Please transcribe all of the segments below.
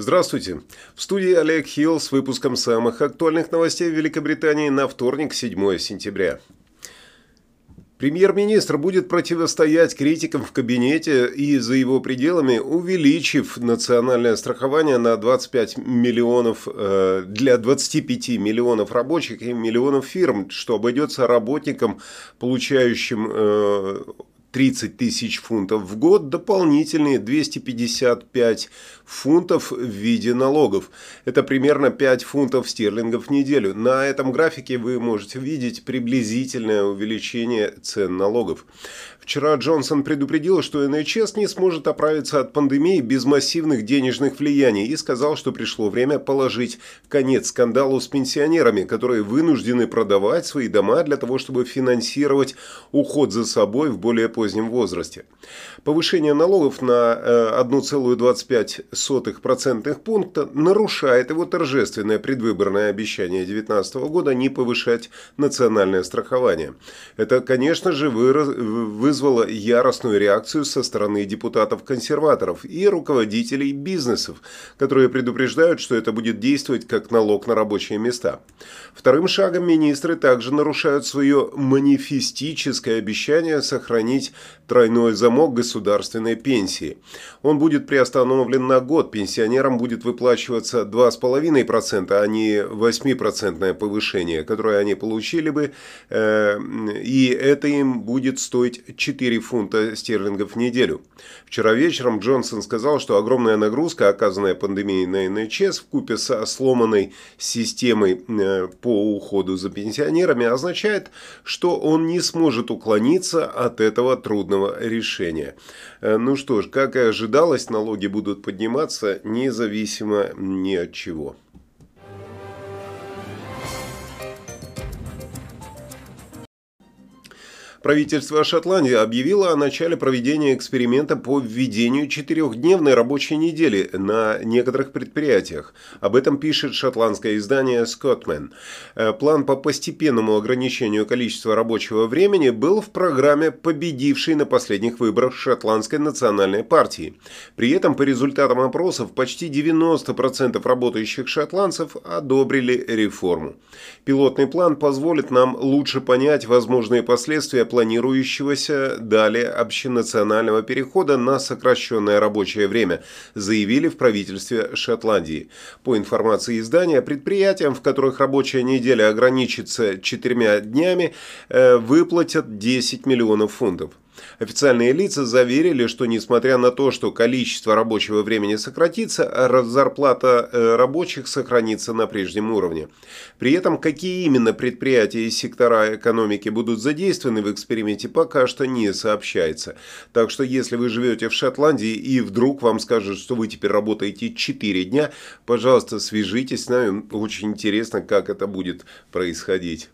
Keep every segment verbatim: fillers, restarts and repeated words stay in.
Здравствуйте. В студии Олег Хилл с выпуском самых актуальных новостей в Великобритании на вторник, седьмое сентября. Премьер-министр будет противостоять критикам в кабинете и за его пределами, увеличив национальное страхование на двадцать пять миллионов э, для двадцати пяти миллионов рабочих и миллионов фирм, что обойдется работникам, получающим э, тридцать тысяч фунтов в год, дополнительные двести пятьдесят пять фунтов в виде налогов. Это примерно пять фунтов стерлингов в неделю. На этом графике вы можете видеть приблизительное увеличение цен налогов. Вчера Джонсон предупредил, что эн эйч эс не сможет оправиться от пандемии без массивных денежных влияний и сказал, что пришло время положить конец скандалу с пенсионерами, которые вынуждены продавать свои дома для того, чтобы финансировать уход за собой в более позднем возрасте. Повышение налогов на одна целая двадцать пять сотых процентных пункта нарушает его торжественное предвыборное обещание две тысячи девятнадцатого года не повышать национальное страхование. Это, конечно же, вызвало вызвало яростную реакцию со стороны депутатов-консерваторов и руководителей бизнесов, которые предупреждают, что это будет действовать как налог на рабочие места. Вторым шагом министры также нарушают свое манифестическое обещание сохранить тройной замок государственной пенсии. Он будет приостановлен на год, пенсионерам будет выплачиваться два с половиной процента, а не восьмипроцентное повышение, которое они получили бы, и это им будет стоить четыре фунта стерлингов в неделю. Вчера вечером Джонсон сказал, что огромная нагрузка, оказанная пандемией на эн эйч эс вкупе со сломанной системой по уходу за пенсионерами, означает, что он не сможет уклониться от этого трудного решения. Ну что ж, как и ожидалось, налоги будут подниматься независимо ни от чего. Правительство Шотландии объявило о начале проведения эксперимента по введению четырехдневной рабочей недели на некоторых предприятиях. Об этом пишет шотландское издание «Скотмен». План по постепенному ограничению количества рабочего времени был в программе, победившей на последних выборах Шотландской национальной партии. При этом по результатам опросов почти девяносто процентов работающих шотландцев одобрили реформу. Пилотный план позволит нам лучше понять возможные последствия планирующегося далее общенационального перехода на сокращенное рабочее время, заявили в правительстве Шотландии. По информации издания, предприятиям, в которых рабочая неделя ограничится четырьмя днями, выплатят десять миллионов фунтов. Официальные лица заверили, что несмотря на то, что количество рабочего времени сократится, зарплата рабочих сохранится на прежнем уровне. При этом, какие именно предприятия и сектора экономики будут задействованы в эксперименте, пока что не сообщается. Так что, если вы живете в Шотландии и вдруг вам скажут, что вы теперь работаете четыре дня, пожалуйста, свяжитесь с нами. Очень интересно, как это будет происходить.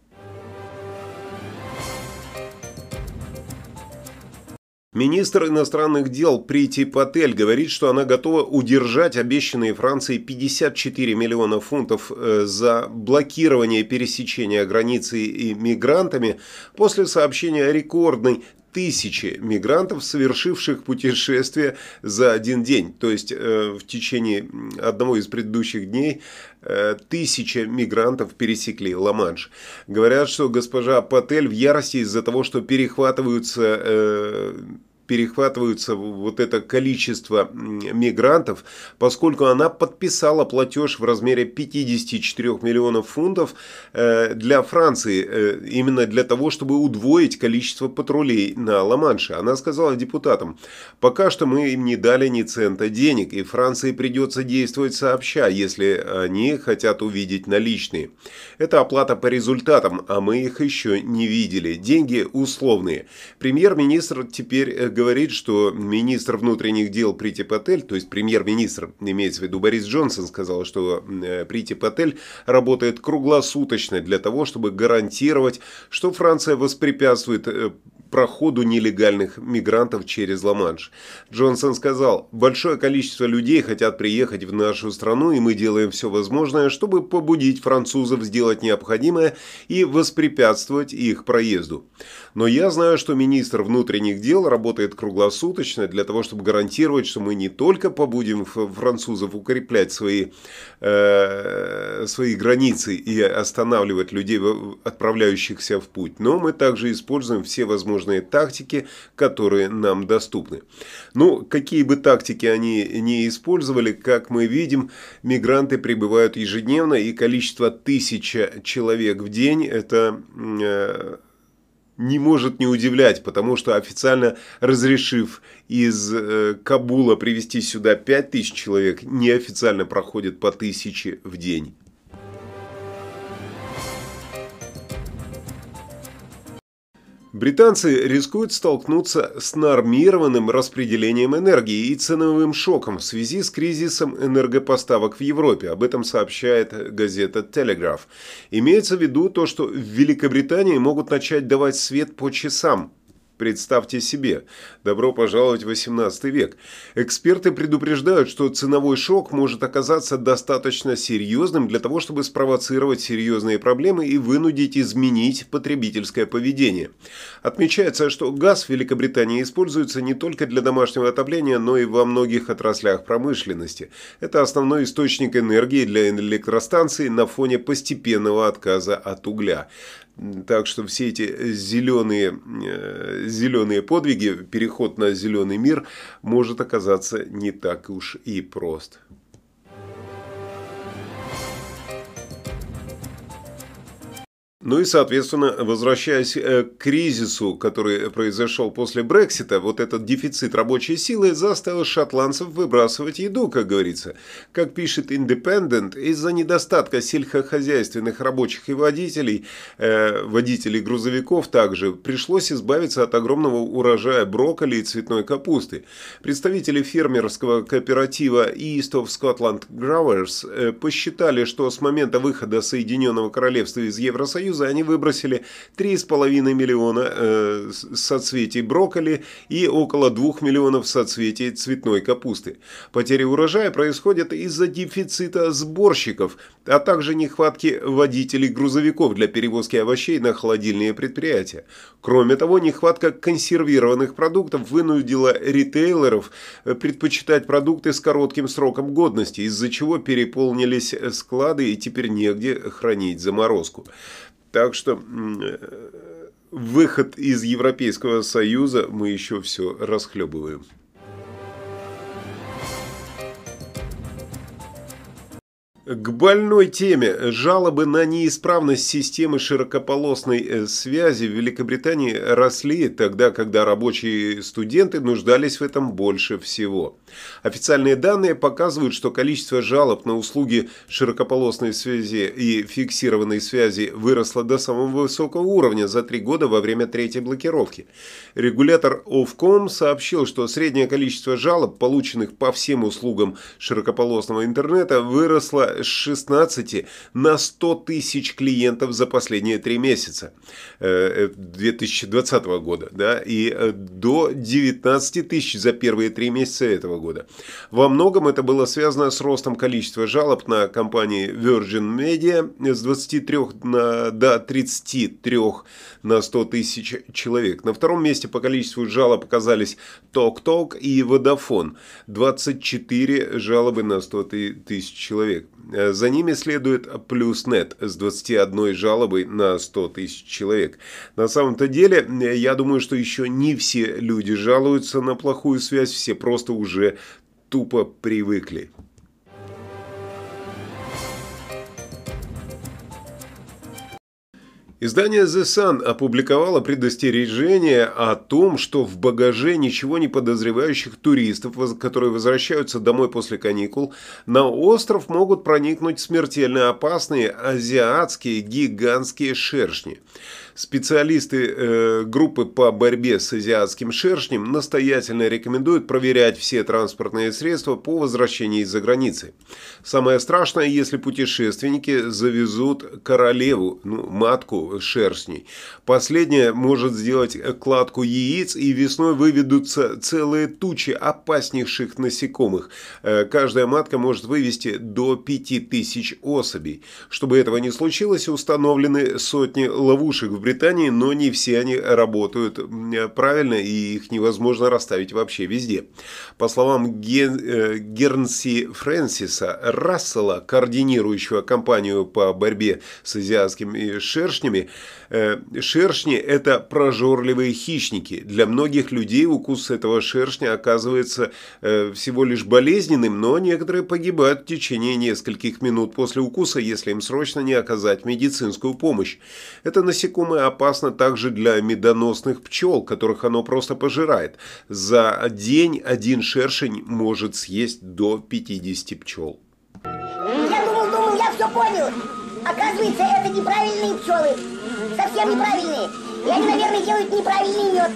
Министр иностранных дел Прити Патель говорит, что она готова удержать обещанные Францией пятьдесят четыре миллиона фунтов за блокирование пересечения границы и мигрантами после сообщения о рекордной тысячи мигрантов, совершивших путешествие за один день. То есть э, в течение одного из предыдущих дней э, тысяча мигрантов пересекли Ла-Манш. Говорят, что госпожа Патель в ярости из-за того, что перехватываются... Э, перехватываются вот это количество мигрантов, поскольку она подписала платеж в размере пятидесяти четырёх миллионов фунтов для Франции, именно для того, чтобы удвоить количество патрулей на Ла-Манше. Она сказала депутатам: пока что мы им не дали ни цента денег, и Франции придется действовать сообща, если они хотят увидеть наличные. Это оплата по результатам, а мы их еще не видели. Деньги условные. Премьер-министр теперь говорит, что министр внутренних дел Прити Патель, то есть премьер-министр, имеется в виду Борис Джонсон, сказал, что Прити Патель работает круглосуточно для того, чтобы гарантировать, что Франция воспрепятствует проходу нелегальных мигрантов через Ла-Манш. Джонсон сказал: «Большое количество людей хотят приехать в нашу страну, и мы делаем все возможное, чтобы побудить французов сделать необходимое и воспрепятствовать их проезду. Но я знаю, что министр внутренних дел работает круглосуточно для того, чтобы гарантировать, что мы не только побудим французов укреплять свои, э, свои границы и останавливать людей, отправляющихся в путь, но мы также используем все возможные тактики, которые нам доступны». Ну, какие бы тактики они ни использовали, как мы видим, мигранты прибывают ежедневно, и количество тысяча человек в день – это э, не может не удивлять, потому что официально разрешив из э, Кабула привезти сюда пять тысяч человек, неофициально проходит по тысяче в день. Британцы рискуют столкнуться с нормированным распределением энергии и ценовым шоком в связи с кризисом энергопоставок в Европе. Об этом сообщает газета Telegraph. Имеется в виду то, что в Великобритании могут начать давать свет по часам. Представьте себе, добро пожаловать в восемнадцатый век. Эксперты предупреждают, что ценовой шок может оказаться достаточно серьезным для того, чтобы спровоцировать серьезные проблемы и вынудить изменить потребительское поведение. Отмечается, что газ в Великобритании используется не только для домашнего отопления, но и во многих отраслях промышленности. Это основной источник энергии для электростанций на фоне постепенного отказа от угля. Так что все эти зеленые, зеленые подвиги, переход на зеленый мир может оказаться не так уж и прост. Ну и, соответственно, возвращаясь к кризису, который произошел после Брексита, вот этот дефицит рабочей силы заставил шотландцев выбрасывать еду, как говорится. Как пишет Independent, из-за недостатка сельскохозяйственных рабочих и водителей, э, водителей грузовиков также, пришлось избавиться от огромного урожая брокколи и цветной капусты. Представители фермерского кооператива East of Scotland Growers э, посчитали, что с момента выхода Соединенного Королевства из Евросоюза они выбросили три с половиной миллиона э, соцветий брокколи и около двух миллионов соцветий цветной капусты. Потери урожая происходят из-за дефицита сборщиков, а также нехватки водителей грузовиков для перевозки овощей на холодильные предприятия. Кроме того, нехватка консервированных продуктов вынудила ритейлеров предпочитать продукты с коротким сроком годности, из-за чего переполнились склады и теперь негде хранить заморозку. Так что выход из Европейского Союза мы еще все расхлебываем. К больной теме. Жалобы на неисправность системы широкополосной связи в Великобритании росли тогда, когда рабочие студенты нуждались в этом больше всего. Официальные данные показывают, что количество жалоб на услуги широкополосной связи и фиксированной связи выросло до самого высокого уровня за три года во время третьей блокировки. Регулятор Ofcom сообщил, что среднее количество жалоб, полученных по всем услугам широкополосного интернета, выросло с шестнадцати на сто тысяч клиентов за последние три месяца две тысячи двадцатого года, да, и до девятнадцати тысяч за первые три месяца этого года. Во многом это было связано с ростом количества жалоб на компании Virgin Media с двадцати трёх на, до тридцати трёх на сто тысяч человек. На втором месте по количеству жалоб оказались TalkTalk и Vodafone – двадцать четыре жалобы на сто тысяч человек. За ними следует PlusNet с двадцатью одной жалобой на сто тысяч человек. На самом-то деле, я думаю, что еще не все люди жалуются на плохую связь, все просто уже тупо привыкли. Издание The Sun опубликовало предостережение о том, что в багаже ничего не подозревающих туристов, которые возвращаются домой после каникул, на остров могут проникнуть смертельно опасные азиатские гигантские шершни. Специалисты э, группы по борьбе с азиатским шершнем настоятельно рекомендуют проверять все транспортные средства по возвращении из-за границы. Самое страшное, если путешественники завезут королеву, ну, матку у шершней. Последняя может сделать кладку яиц, и весной выведутся целые тучи опаснейших насекомых. Каждая матка может вывести до пяти тысяч особей. Чтобы этого не случилось, установлены сотни ловушек в Британии, но не все они работают правильно, и их невозможно расставить вообще везде. По словам Ген... Гернси Фрэнсиса Рассела, координирующего кампанию по борьбе с азиатскими шершнями, шершни – это прожорливые хищники. Для многих людей укус этого шершня оказывается всего лишь болезненным, но некоторые погибают в течение нескольких минут после укуса, если им срочно не оказать медицинскую помощь. Это насекомое опасно также для медоносных пчел, которых оно просто пожирает. За день один шершень может съесть до пятидесяти пчел. Я думал, думал, я все понял. Оказывается, это неправильные пчелы. Совсем неправильные. И они, наверное, делают неправильный мед.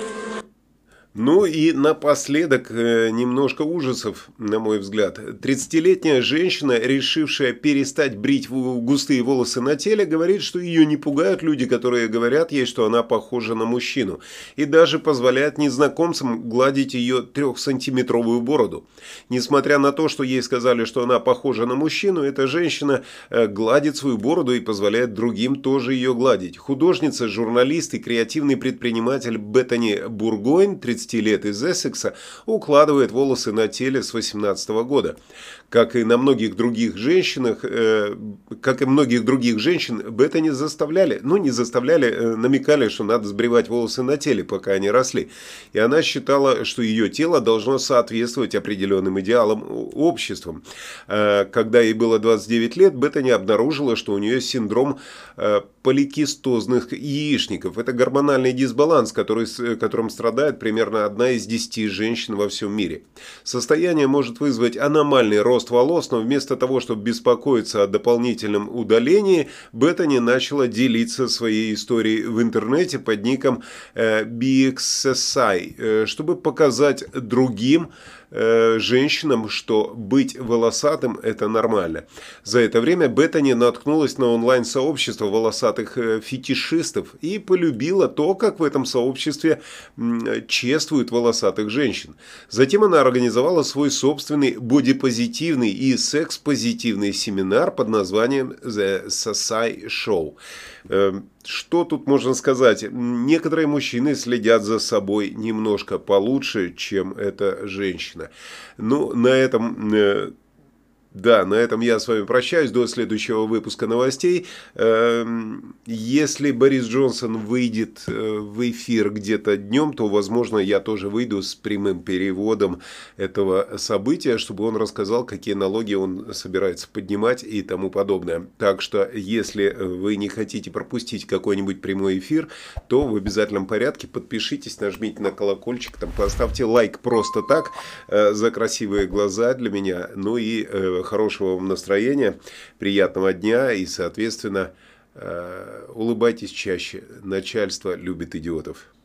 Ну и напоследок немножко ужасов, на мой взгляд. тридцатилетняя женщина, решившая перестать брить густые волосы на теле, говорит, что ее не пугают люди, которые говорят ей, что она похожа на мужчину. И даже позволяет незнакомцам гладить ее трехсантиметровую бороду. Несмотря на то, что ей сказали, что она похожа на мужчину, эта женщина гладит свою бороду и позволяет другим тоже ее гладить. Художница, журналист и креативный предприниматель Беттани Бургойн, тридцать лет, из Эссекса, укладывает волосы на теле с восемнадцатого года. Как и на многих других женщинах, э, как и многих других женщин, Беттани заставляли, ну не заставляли, э, намекали, что надо сбривать волосы на теле, пока они росли. И она считала, что ее тело должно соответствовать определенным идеалам обществом. Э, когда ей было двадцать девять лет, Беттани обнаружила, что у нее синдром э, поликистозных яичников. Это гормональный дисбаланс, который, которым страдает примерно одна из десяти женщин во всем мире. Состояние может вызвать аномальный рост волос, но вместо того, чтобы беспокоиться о дополнительном удалении, Беттани начала делиться своей историей в интернете под ником би икс эс ай, чтобы показать другим женщинам, что быть волосатым – это нормально. За это время Беттани наткнулась на онлайн-сообщество волосатых фетишистов и полюбила то, как в этом сообществе чествуют волосатых женщин. Затем она организовала свой собственный бодипозитивный и секс-позитивный семинар под названием The Sasai Show. Что тут можно сказать? Некоторые мужчины следят за собой немножко получше, чем эта женщина. Ну, на этом... Да, на этом я с вами прощаюсь до следующего выпуска новостей. Если Борис Джонсон выйдет в эфир где-то днем, то, возможно, я тоже выйду с прямым переводом этого события, чтобы он рассказал, какие налоги он собирается поднимать и тому подобное. Так что, если вы не хотите пропустить какой-нибудь прямой эфир, то в обязательном порядке подпишитесь, нажмите на колокольчик, там, поставьте лайк просто так, за красивые глаза для меня, ну и хорошего вам настроения, приятного дня и, соответственно, улыбайтесь чаще. Начальство любит идиотов.